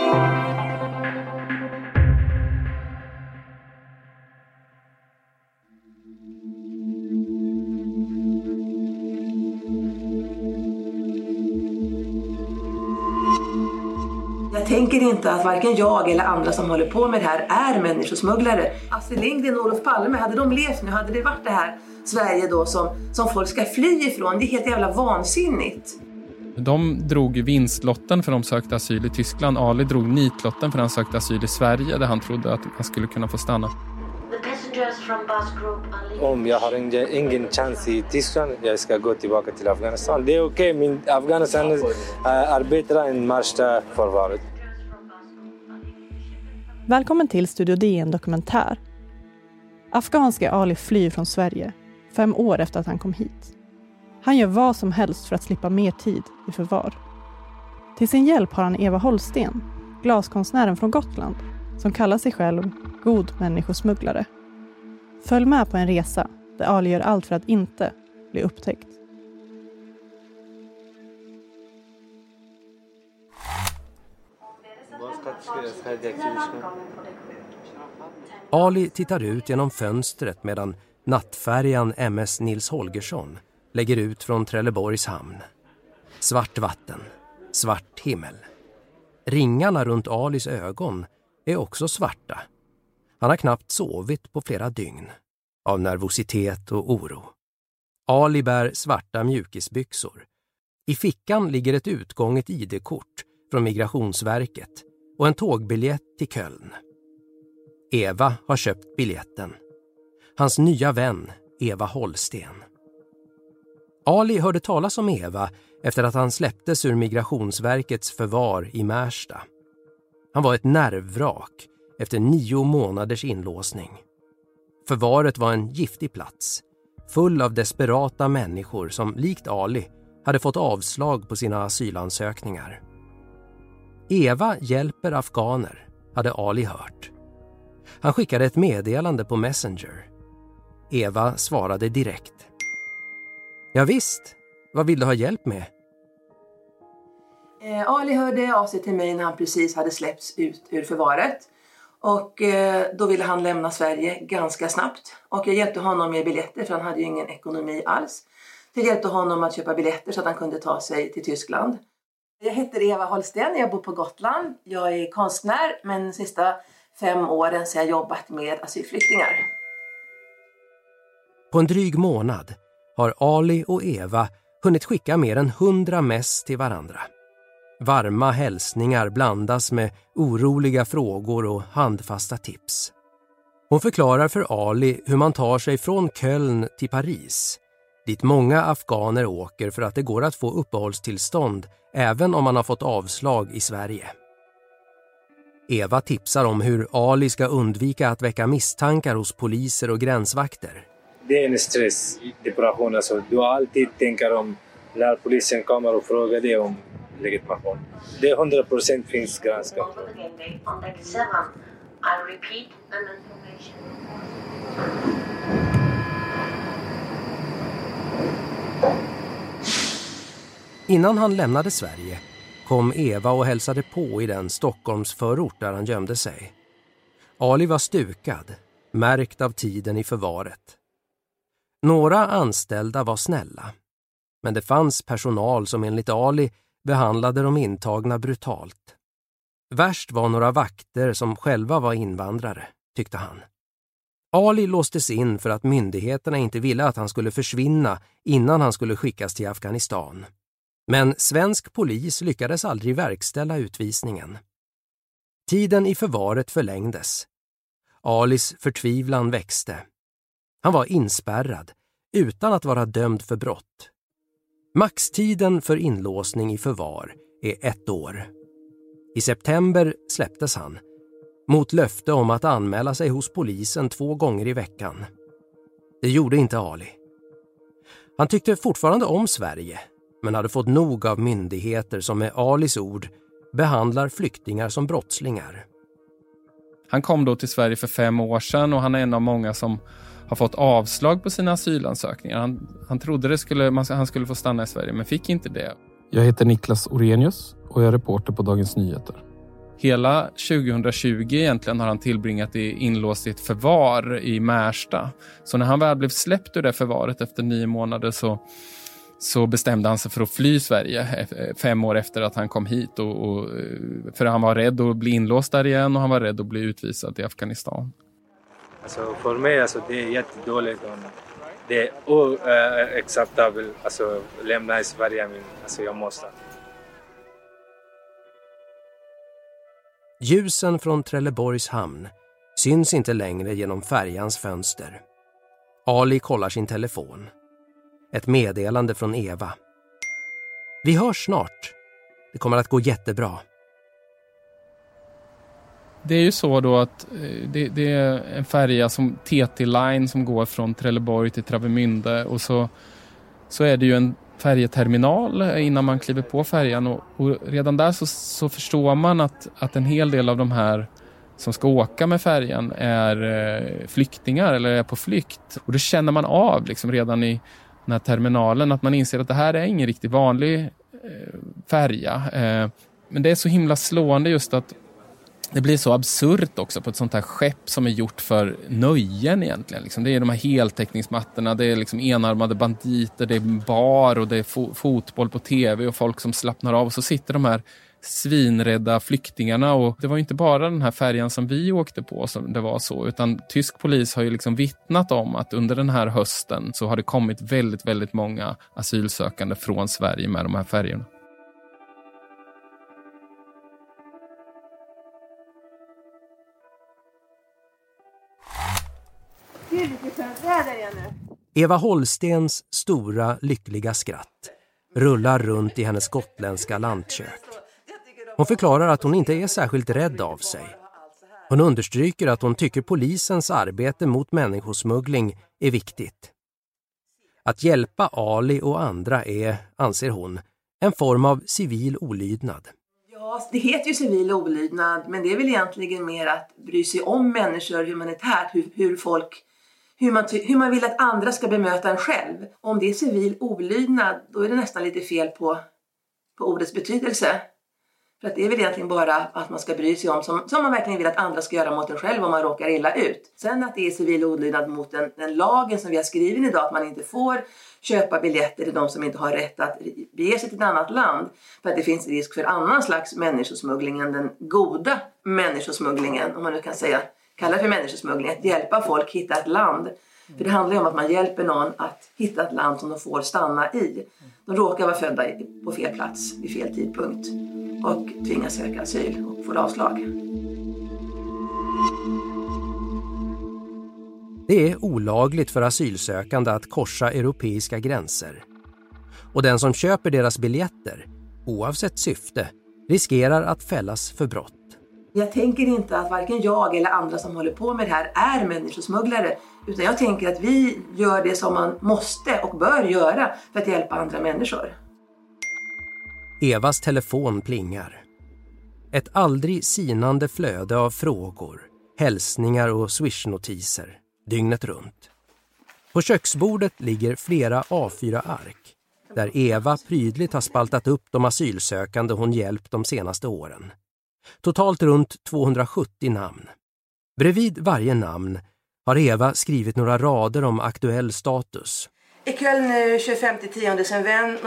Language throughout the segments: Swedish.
Jag tänker inte att varken jag eller andra som håller på med det här är människosmugglare. Astrid Lindgren och Olof Palme, hade de levt nu hade det varit det här Sverige då som folk ska fly ifrån. Det är helt jävla vansinnigt. De drog vinstlotten för de sökte asyl i Tyskland. Ali drog nitlotten för han sökte asyl i Sverige där han trodde att han skulle kunna få stanna. Om jag har ingen chans i Tyskland, jag ska gå tillbaka till Afghanistan. Det är okej, min Afghanistan arbetar en marsch där förvaret. Välkommen till Studio DN Dokumentär. Afghanske Ali flyr från Sverige 5 år efter att han kom hit. Han gör vad som helst för att slippa mer tid i förvar. Till sin hjälp har han Eva Holsten, glaskonstnären från Gotland, som kallar sig själv god människosmugglare. Följ med på en resa där Ali gör allt för att inte bli upptäckt. Ali tittar ut genom fönstret medan nattfärjan MS Nils Holgersson lägger ut från Trelleborgs hamn. Svart vatten, svart himmel. Ringarna runt Alis ögon är också svarta. Han har knappt sovit på flera dygn av nervositet och oro. Ali bär svarta mjukisbyxor. I fickan ligger ett utgånget ID-kort från Migrationsverket och en tågbiljett till Köln. Eva har köpt biljetten. Hans nya vän, Eva Holsten. Ali hörde talas om Eva efter att han släpptes ur Migrationsverkets förvar i Märsta. Han var ett nervvrak efter 9 månaders inlåsning. Förvaret var en giftig plats, full av desperata människor som likt Ali hade fått avslag på sina asylansökningar. Eva hjälper afghaner, hade Ali hört. Han skickade ett meddelande på Messenger. Eva svarade direkt. Ja visst, vad vill du ha hjälp med? Ali hörde av sig till mig när han precis hade släppts ut ur förvaret. Och då ville han lämna Sverige ganska snabbt. Och jag hjälpte honom med biljetter för han hade ju ingen ekonomi alls. Jag hjälpte honom att köpa biljetter så att han kunde ta sig till Tyskland. Jag heter Eva Holsten, jag bor på Gotland. Jag är konstnär men de sista 5 åren så har jag jobbat med asylflyktingar. På en dryg månad har Ali och Eva hunnit skicka mer än 100 mess till varandra. Varma hälsningar blandas med oroliga frågor och handfasta tips. Hon förklarar för Ali hur man tar sig från Köln till Paris, dit många afghaner åker för att det går att få uppehållstillstånd även om man har fått avslag i Sverige. Eva tipsar om hur Ali ska undvika att väcka misstankar hos poliser och gränsvakter. Det är en stress, depression. Alltså, du alltid tänker om när polisen kommer och frågar dig om legitimation. Det är 100% finns granskat. Innan han lämnade Sverige kom Eva och hälsade på i den Stockholms förort där han gömde sig. Ali var stukad, märkt av tiden i förvaret. Några anställda var snälla, men det fanns personal som enligt Ali behandlade de intagna brutalt. Värst var några vakter som själva var invandrare, tyckte han. Ali låstes in för att myndigheterna inte ville att han skulle försvinna innan han skulle skickas till Afghanistan. Men svensk polis lyckades aldrig verkställa utvisningen. Tiden i förvaret förlängdes. Alis förtvivlan växte. Han var inspärrad utan att vara dömd för brott. Maxtiden för inlåsning i förvar är 1 år. I september släpptes han, mot löfte om att anmäla sig hos polisen 2 gånger i veckan. Det gjorde inte Ali. Han tyckte fortfarande om Sverige, men hade fått nog av myndigheter som med Alis ord behandlar flyktingar som brottslingar. Han kom då till Sverige för 5 år sedan och han är en av många som har fått avslag på sina asylansökningar. Han trodde han skulle få stanna i Sverige men fick inte det. Jag heter Niklas Orenius och jag är reporter på Dagens Nyheter. Hela 2020 egentligen har han tillbringat inlåst i ett förvar i Märsta. Så när han väl blev släppt ur det förvaret efter 9 månader så bestämde han sig för att fly Sverige 5 år efter att han kom hit. För han var rädd att bli inlåst där igen och han var rädd att bli utvisad till Afghanistan. Alltså för mig det är jättedåligt. Det är oacceptabelt lämna i Sverige, men jag måste. Ljusen från Trelleborgs hamn syns inte längre genom färjans fönster. Ali kollar sin telefon. Ett meddelande från Eva. Vi hörs snart. Det kommer att gå jättebra. Det är ju så då att det är en färja som TT Line som går från Trelleborg till Travemünde, och så är det ju en färjeterminal innan man kliver på färjan, och redan där så förstår man att en hel del av de här som ska åka med färjan är flyktingar eller är på flykt, och det känner man av liksom redan i den här terminalen, att man inser att det här är ingen riktigt vanlig färja. Men det är så himla slående just att det blir så absurt också på ett sånt här skepp som är gjort för nöjen egentligen. Liksom. Det är de här heltäckningsmattorna, det är liksom enarmade banditer, det är bar och det är fotboll på tv och folk som slappnar av. Och så sitter de här svinrädda flyktingarna, och det var ju inte bara den här färjan som vi åkte på som det var så, utan tysk polis har ju liksom vittnat om att under den här hösten så har det kommit väldigt, väldigt många asylsökande från Sverige med de här färjorna. Eva Holstens stora, lyckliga skratt rullar runt i hennes gotländska lantkök. Hon förklarar att hon inte är särskilt rädd av sig. Hon understryker att hon tycker polisens arbete mot människosmuggling är viktigt. Att hjälpa Ali och andra är, anser hon, en form av civil olydnad. Ja, det heter ju civil olydnad, men det är väl egentligen mer att bry sig om människor humanitärt, hur man vill att andra ska bemöta en själv. Om det är civil olydnad, då är det nästan lite fel på ordets betydelse. För att det är väl egentligen bara att man ska bry sig om som man verkligen vill att andra ska göra mot en själv om man råkar illa ut. Sen att det är civil olydnad mot den lagen som vi har skrivit idag, att man inte får köpa biljetter till de som inte har rätt att bege sig till ett annat land. För att det finns risk för annan slags människosmuggling än den goda människosmugglingen, om man nu kan kalla det för människosmuggling, att hjälpa folk hitta ett land. För det handlar ju om att man hjälper någon att hitta ett land som de får stanna i. De råkar vara födda på fel plats vid fel tidpunkt och tvingas söka asyl och får avslag. Det är olagligt för asylsökande att korsa europeiska gränser. Och den som köper deras biljetter, oavsett syfte, riskerar att fällas för brott. Jag tänker inte att varken jag eller andra som håller på med det här är människosmugglare, utan jag tänker att vi gör det som man måste och bör göra för att hjälpa andra människor. Evas telefon plingar. Ett aldrig sinande flöde av frågor, hälsningar och swishnotiser, dygnet runt. På köksbordet ligger flera A4-ark, där Eva prydligt har spaltat upp de asylsökande hon hjälpt de senaste åren. Totalt runt 270 namn. Bredvid varje namn har Eva skrivit några rader om aktuell status. I Köln nu 25-10 sen vän,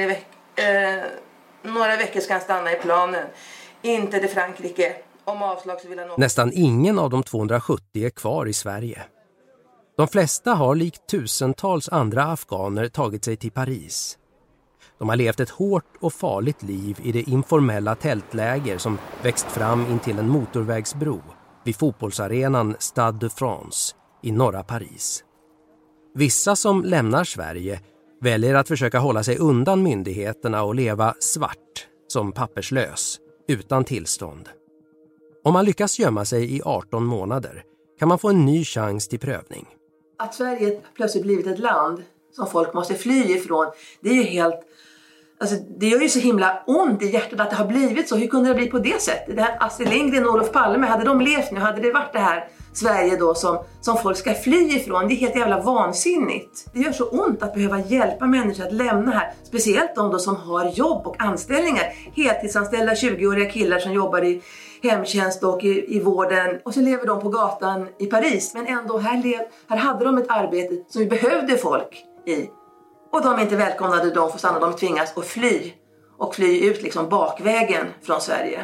några veckor ska han stanna i planen. Inte till Frankrike. Om avslag så vill han åka. Nästan ingen av de 270 är kvar i Sverige. De flesta har likt tusentals andra afghaner tagit sig till Paris. De har levt ett hårt och farligt liv i det informella tältläger som växt fram intill en motorvägsbro vid fotbollsarenan Stade de France i norra Paris. Vissa som lämnar Sverige väljer att försöka hålla sig undan myndigheterna och leva svart som papperslös, utan tillstånd. Om man lyckas gömma sig i 18 månader kan man få en ny chans till prövning. Att Sverige plötsligt blivit ett land som folk måste fly ifrån, det är ju helt... Alltså, det gör ju så himla ont i hjärtat att det har blivit så. Hur kunde det bli på det sättet? Det här Astrid Lindgren och Olof Palme, hade de levt nu, hade det varit det här Sverige då som folk ska fly ifrån. Det är helt jävla vansinnigt. Det gör så ont att behöva hjälpa människor att lämna här. Speciellt de då som har jobb och anställningar. Heltidsanställda 20-åriga killar som jobbar i hemtjänst och i vården. Och så lever de på gatan i Paris. Men ändå här hade de ett arbete som vi behövde folk i. Och de är inte välkomnade, de får stanna, de tvingas att fly. Och fly ut liksom bakvägen från Sverige.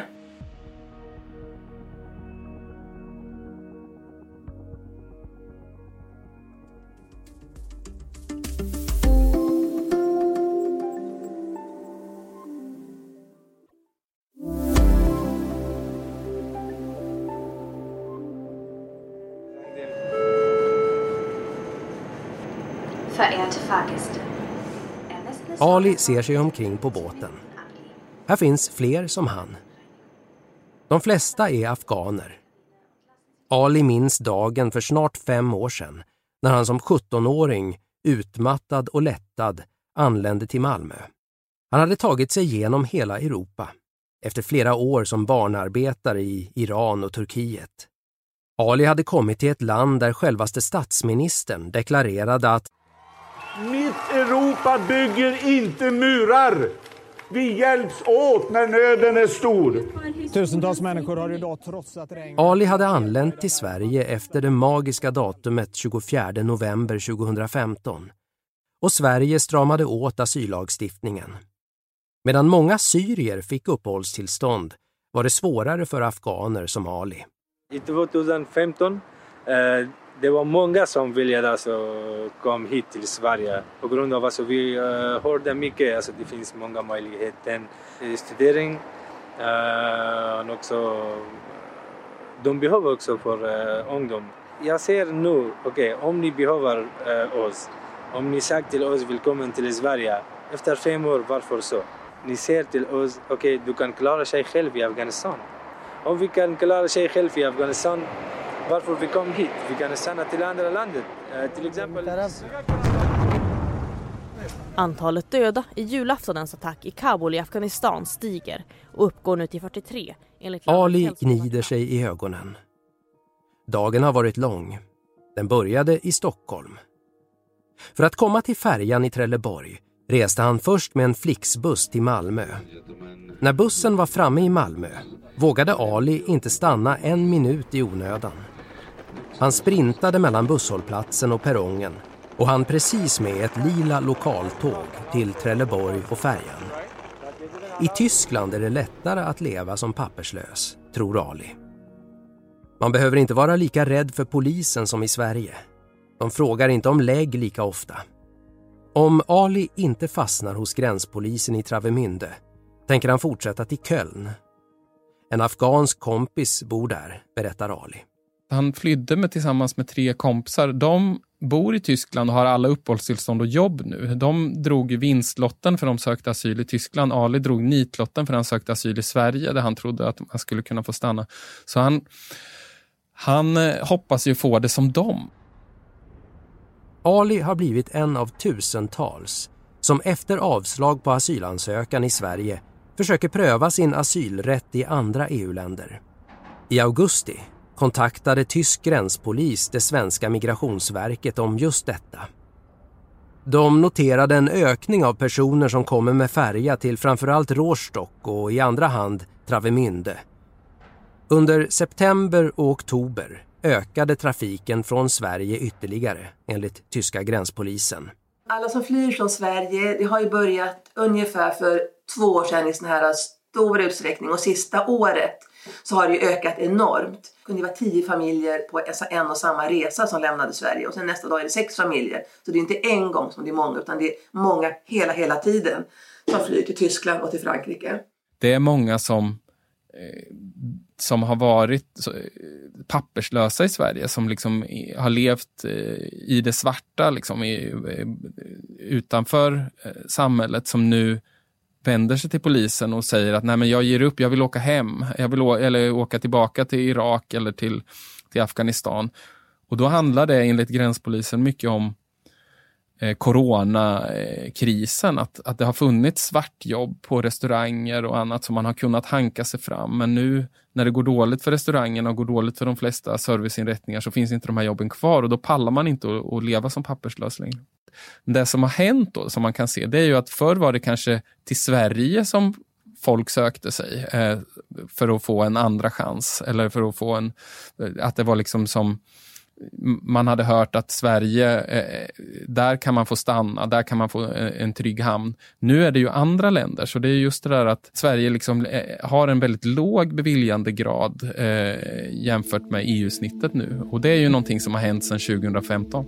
Ali ser sig omkring på båten. Här finns fler som han. De flesta är afghaner. Ali minns dagen för snart 5 år sedan när han som 17-åring, utmattad och lättad, anlände till Malmö. Han hade tagit sig igenom hela Europa efter flera år som barnarbetare i Iran och Turkiet. Ali hade kommit till ett land där självaste statsministern deklarerade att mitt Europa bygger inte murar. Vi hjälps åt när nöden är stor. Tusentals människor har idag trotsat regn. Ali hade anlänt till Sverige efter det magiska datumet 24 november 2015. Och Sverige stramade åt asyllagstiftningen. Medan många syrier fick uppehållstillstånd var det svårare för afghaner som Ali. I 2015 det var många som ville komma hit till Sverige på grund av att vi hörde mycket. Det finns många möjligheter till studering och också de behöver också för ungdom. Jag ser nu, om ni behöver oss, om ni sagt till oss välkommen till Sverige efter 5 år, varför så? Ni säger till oss, du kan klara sig själv i Afghanistan. Om vi kan klara sig själv i Afghanistan, varför vi kom hit? Vi kan stanna till andra landet. Till exempel. Antalet döda i julaftonens attack i Kabul i Afghanistan stiger och uppgår nu till 43. Ali gnider sig i ögonen. Dagen har varit lång. Den började i Stockholm. För att komma till färjan i Trelleborg reste han först med en Flixbuss till Malmö. När bussen var framme i Malmö vågade Ali inte stanna 1 minut i onödan. Han sprintade mellan busshållplatsen och perrongen och han precis med ett lila lokaltåg till Trelleborg och färjan. I Tyskland är det lättare att leva som papperslös, tror Ali. Man behöver inte vara lika rädd för polisen som i Sverige. De frågar inte om lägg lika ofta. Om Ali inte fastnar hos gränspolisen i Travemünde tänker han fortsätta till Köln. En afghansk kompis bor där, berättar Ali. Han flydde tillsammans med 3 kompisar. De bor i Tyskland och har alla uppehållstillstånd och jobb nu. De drog vinstlotten för de sökte asyl i Tyskland. Ali drog nitlotten för han sökte asyl i Sverige där han trodde att han skulle kunna få stanna. Så han hoppas ju få det som dem. Ali har blivit en av tusentals som efter avslag på asylansökan i Sverige försöker pröva sin asylrätt i andra EU-länder. I augusti kontaktade tysk gränspolis det svenska migrationsverket om just detta. De noterade en ökning av personer som kommer med färja till framförallt Rostock och i andra hand Travemünde. Under september och oktober ökade trafiken från Sverige ytterligare, enligt tyska gränspolisen. Alla som flyr från Sverige, det har ju börjat ungefär för 2 år sedan i sån här stor utsträckning. Och sista året så har det ju ökat enormt. Det kunde vara 10 familjer på en och samma resa som lämnade Sverige. Och sen nästa dag är det 6 familjer. Så det är inte en gång som det är många, utan det är många hela tiden som flyr till Tyskland och till Frankrike. Det är många som har varit papperslösa i Sverige, som liksom har levt i det svarta liksom utanför samhället, som nu vänder sig till polisen och säger att nej, men jag ger upp, jag vill åka hem, eller åka tillbaka till Irak eller till Afghanistan. Och då handlar det enligt gränspolisen mycket om coronakrisen, att det har funnits svartjobb på restauranger och annat som man har kunnat hanka sig fram. Men nu när det går dåligt för restaurangerna och går dåligt för de flesta serviceinrättningar så finns inte de här jobben kvar och då pallar man inte att leva som papperslös längre. Det som har hänt då, som man kan se, det är ju att förr var det kanske till Sverige som folk sökte sig för att få en andra chans eller för att få att det var liksom som man hade hört att Sverige, där kan man få stanna, där kan man få en trygg hamn. Nu är det ju andra länder, så det är just det där att Sverige liksom har en väldigt låg beviljandegrad jämfört med EU-snittet nu. Och det är ju någonting som har hänt sedan 2015.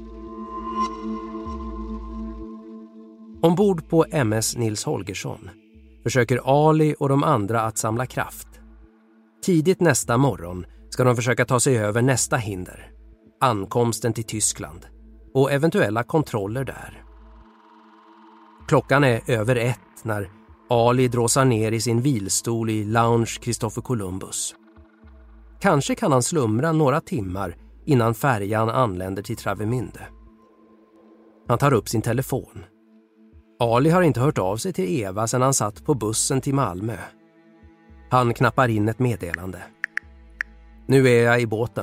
Ombord på MS Nils Holgersson försöker Ali och de andra att samla kraft. Tidigt nästa morgon ska de försöka ta sig över nästa hinder, ankomsten till Tyskland och eventuella kontroller där. Klockan är över 1 när Ali dråsar ner i sin vilstol i Lounge Christopher Columbus. Kanske kan han slumra några timmar innan färjan anländer till Travemünde. Han tar upp sin telefon. Ali har inte hört av sig till Eva sedan han satt på bussen till Malmö. Han knappar in ett meddelande. Nu är jag i båten.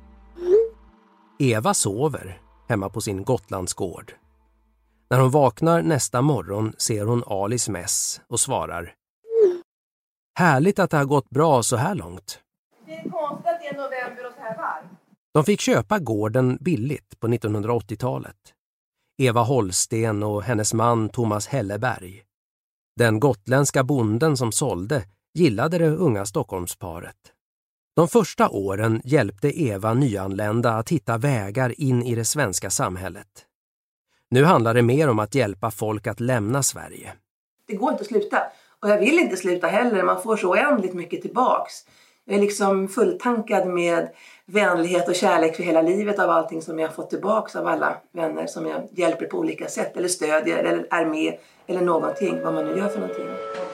Eva sover hemma på sin Gotlandsgård. När hon vaknar nästa morgon ser hon Alis mess och svarar: Härligt att det har gått bra så här långt. Det är konstigt att det är november och så här varmt. De fick köpa gården billigt på 1980-talet. Eva Holsten och hennes man Thomas Helleberg. Den gotländska bonden som sålde gillade det unga Stockholmsparet. De första åren hjälpte Eva nyanlända att hitta vägar in i det svenska samhället. Nu handlar det mer om att hjälpa folk att lämna Sverige. Det går inte att sluta. Och jag vill inte sluta heller. Man får så oändligt mycket tillbaks. Jag är liksom fulltankad med vänlighet och kärlek för hela livet av allting som jag har fått tillbaks av alla vänner som jag hjälper på olika sätt. Eller stödjer, eller är med, eller någonting. Vad man nu gör för någonting.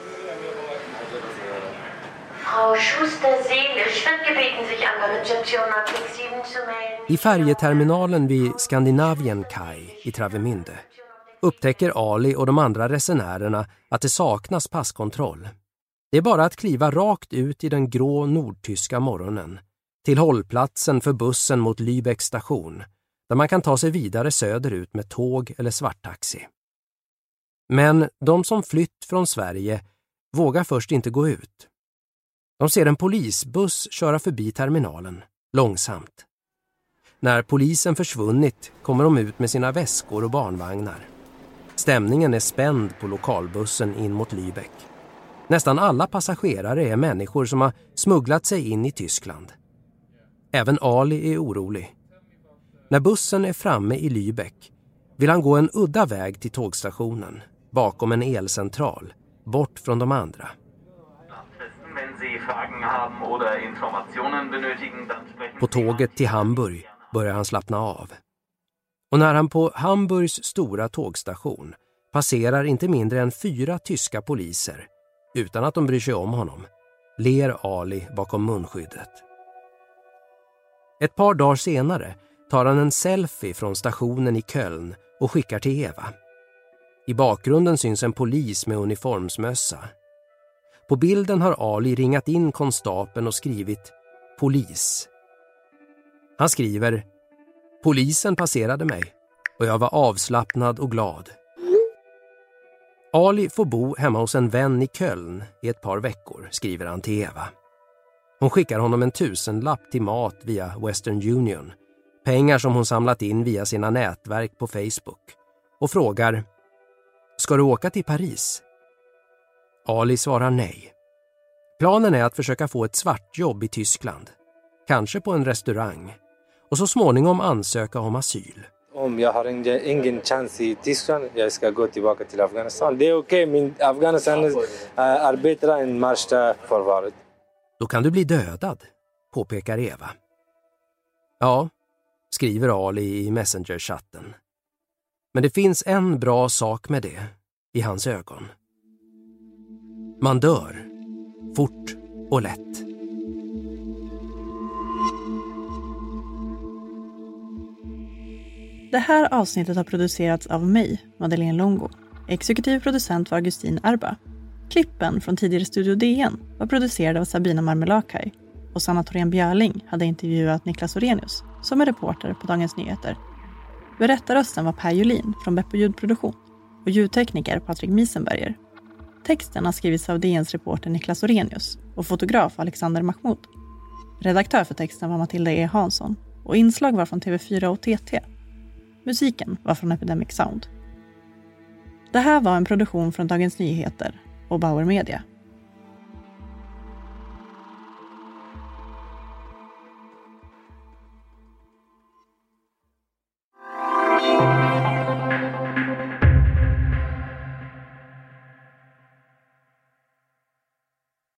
I färjeterminalen vid Scandinavian Kai i Travemünde upptäcker Ali och de andra resenärerna att det saknas passkontroll. Det är bara att kliva rakt ut i den grå nordtyska morgonen till hållplatsen för bussen mot Lübeck station där man kan ta sig vidare söderut med tåg eller svarttaxi. Men de som flytt från Sverige vågar först inte gå ut. De ser en polisbuss köra förbi terminalen, långsamt. När polisen försvunnit kommer de ut med sina väskor och barnvagnar. Stämningen är spänd på lokalbussen in mot Lübeck. Nästan alla passagerare är människor som har smugglat sig in i Tyskland. Även Ali är orolig. När bussen är framme i Lübeck vill han gå en udda väg till tågstationen, bakom en elcentral, bort från de andra. På tåget till Hamburg börjar han slappna av. Och när han på Hamburgs stora tågstation passerar inte mindre än 4 tyska poliser, utan att de bryr sig om honom, ler Ali bakom munskyddet. Ett par dagar senare tar han en selfie från stationen i Köln och skickar till Eva. I bakgrunden syns en polis med uniformsmössa. På bilden har Ali ringat in konstapeln och skrivit polis. Han skriver: polisen passerade mig och jag var avslappnad och glad. Ali får bo hemma hos en vän i Köln i ett par veckor, skriver han till Eva. Hon skickar honom en 1000-lapp till mat via Western Union, pengar som hon samlat in via sina nätverk på Facebook, och frågar: ska du åka till Paris? Ali svarar nej. Planen är att försöka få ett svartjobb i Tyskland, kanske på en restaurang, och så småningom ansöka om asyl. Om jag har ingen chans i Tyskland, jag ska gå tillbaka till Afghanistan. Det är okej, min Afghanistan är bättre än Marsta förvaret. Då kan du bli dödad, påpekar Eva. Ja, skriver Ali i Messenger-chatten. Men det finns en bra sak med det i hans ögon. Man dör, fort och lätt. Det här avsnittet har producerats av mig, Madeleine Longo. Exekutiv producent var Augustin Arba. Klippen från tidigare Studio DN var producerade av Sabina Marmelakai. Och Sanna Thorén Björling hade intervjuat Niklas Orenius, som är reporter på Dagens Nyheter. Berättarrösten var Per Julin från Beppo ljudproduktion och ljudtekniker Patrik Miesenberger. Texten har skrivits av DNs reporter Niklas Orenius och fotograf Alexander Mahmoud. Redaktör för texten var Matilda E. Hansson och inslag var från TV4 och TT. Musiken var från Epidemic Sound. Det här var en produktion från Dagens Nyheter och Bauer Media.